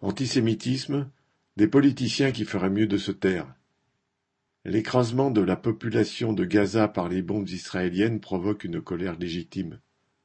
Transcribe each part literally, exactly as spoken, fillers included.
Antisémitisme, des politiciens qui feraient mieux de se taire. L'écrasement de la population de Gaza par les bombes israéliennes provoque une colère légitime.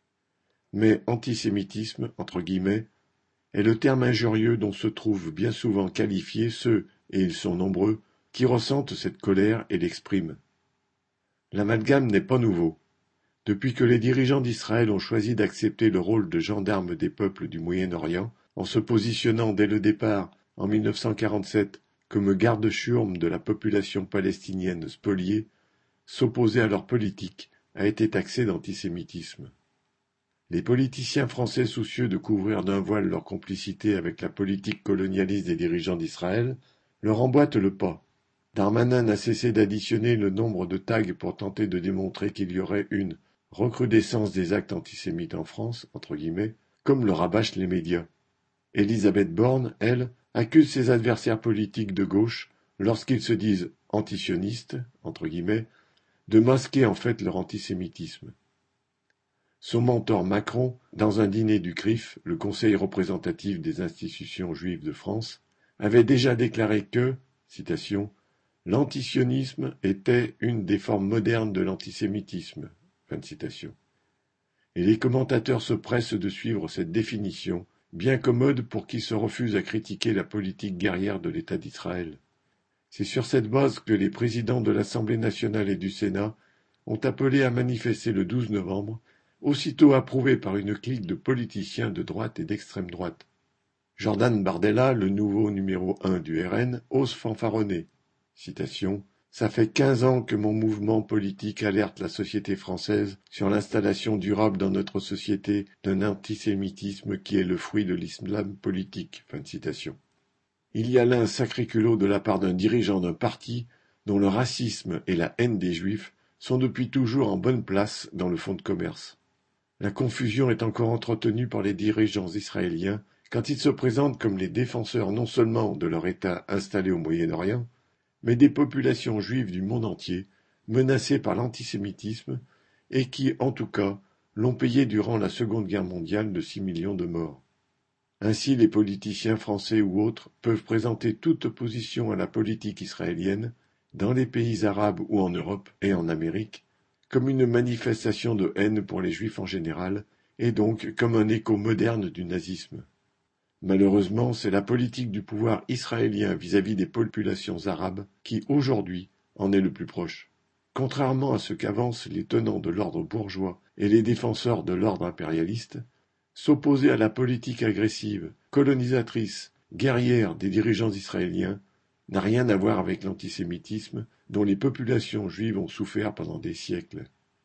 Mais antisémitisme, entre guillemets, est le terme injurieux dont se trouvent bien souvent qualifiés ceux, et ils sont nombreux, qui ressentent cette colère et l'expriment. L'amalgame n'est pas nouveau. Depuis que les dirigeants d'Israël ont choisi d'accepter le rôle de gendarmes des peuples du Moyen-Orient, en se positionnant dès le départ, en mille neuf cent quarante-sept, comme garde-chiourme de la population palestinienne spoliée, s'opposer à leur politique a été taxé d'antisémitisme. Les politiciens français soucieux de couvrir d'un voile leur complicité avec la politique colonialiste des dirigeants d'Israël leur emboîtent le pas. Darmanin n'a cessé d'additionner le nombre de tags pour tenter de démontrer qu'il y aurait une « recrudescence des actes antisémites en France », entre guillemets, comme le rabâchent les médias. Élisabeth Borne, elle, accuse ses adversaires politiques de gauche, lorsqu'ils se disent « antisionistes », entre guillemets, de masquer en fait leur antisémitisme. Son mentor Macron, dans un dîner du C R I F, le Conseil représentatif des institutions juives de France, avait déjà déclaré que, citation, « l'antisionisme était une des formes modernes de l'antisémitisme ». Fin de citation. Et les commentateurs se pressent de suivre cette définition, bien commode pour qui se refuse à critiquer la politique guerrière de l'État d'Israël. C'est sur cette base que les présidents de l'Assemblée nationale et du Sénat ont appelé à manifester le douze novembre, aussitôt approuvé par une clique de politiciens de droite et d'extrême droite. Jordan Bardella, le nouveau numéro un du R N, ose fanfaronner. Citation. « Ça fait quinze ans que mon mouvement politique alerte la société française sur l'installation durable dans notre société d'un antisémitisme qui est le fruit de l'islam politique. » Fin de citation. Il y a là un sacré culot de la part d'un dirigeant d'un parti dont le racisme et la haine des juifs sont depuis toujours en bonne place dans le fonds de commerce. La confusion est encore entretenue par les dirigeants israéliens quand ils se présentent comme les défenseurs non seulement de leur État installé au Moyen-Orient, mais des populations juives du monde entier, menacées par l'antisémitisme, et qui, en tout cas, l'ont payé durant la Seconde Guerre mondiale de six millions de morts. Ainsi, les politiciens français ou autres peuvent présenter toute opposition à la politique israélienne, dans les pays arabes ou en Europe et en Amérique, comme une manifestation de haine pour les juifs en général, et donc comme un écho moderne du nazisme. Malheureusement, c'est la politique du pouvoir israélien vis-à-vis des populations arabes qui, aujourd'hui, en est le plus proche. Contrairement à ce qu'avancent les tenants de l'ordre bourgeois et les défenseurs de l'ordre impérialiste, s'opposer à la politique agressive, colonisatrice, guerrière des dirigeants israéliens n'a rien à voir avec l'antisémitisme dont les populations juives ont souffert pendant des siècles.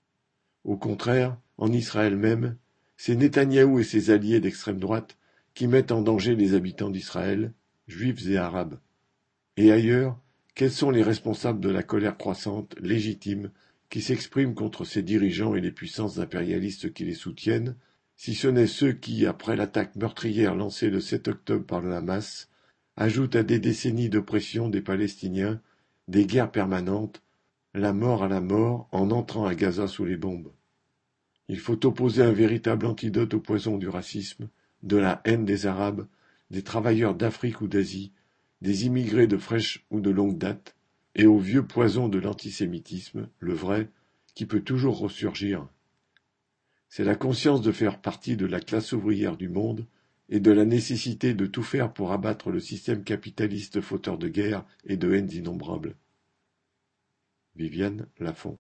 Au contraire, en Israël même, c'est Netanyahou et ses alliés d'extrême droite qui mettent en danger les habitants d'Israël, juifs et arabes. Et ailleurs, quels sont les responsables de la colère croissante, légitime, qui s'exprime contre ces dirigeants et les puissances impérialistes qui les soutiennent, si ce n'est ceux qui, après l'attaque meurtrière lancée le sept octobre par le Hamas, ajoutent à des décennies d'oppression des Palestiniens, des guerres permanentes, la mort à la mort en entrant à Gaza sous les bombes. Il faut opposer un véritable antidote au poison du racisme, de la haine des Arabes, des travailleurs d'Afrique ou d'Asie, des immigrés de fraîche ou de longue date, et au vieux poison de l'antisémitisme, le vrai, qui peut toujours ressurgir. C'est la conscience de faire partie de la classe ouvrière du monde et de la nécessité de tout faire pour abattre le système capitaliste fauteur de guerre et de haines innombrables. Viviane Lafont.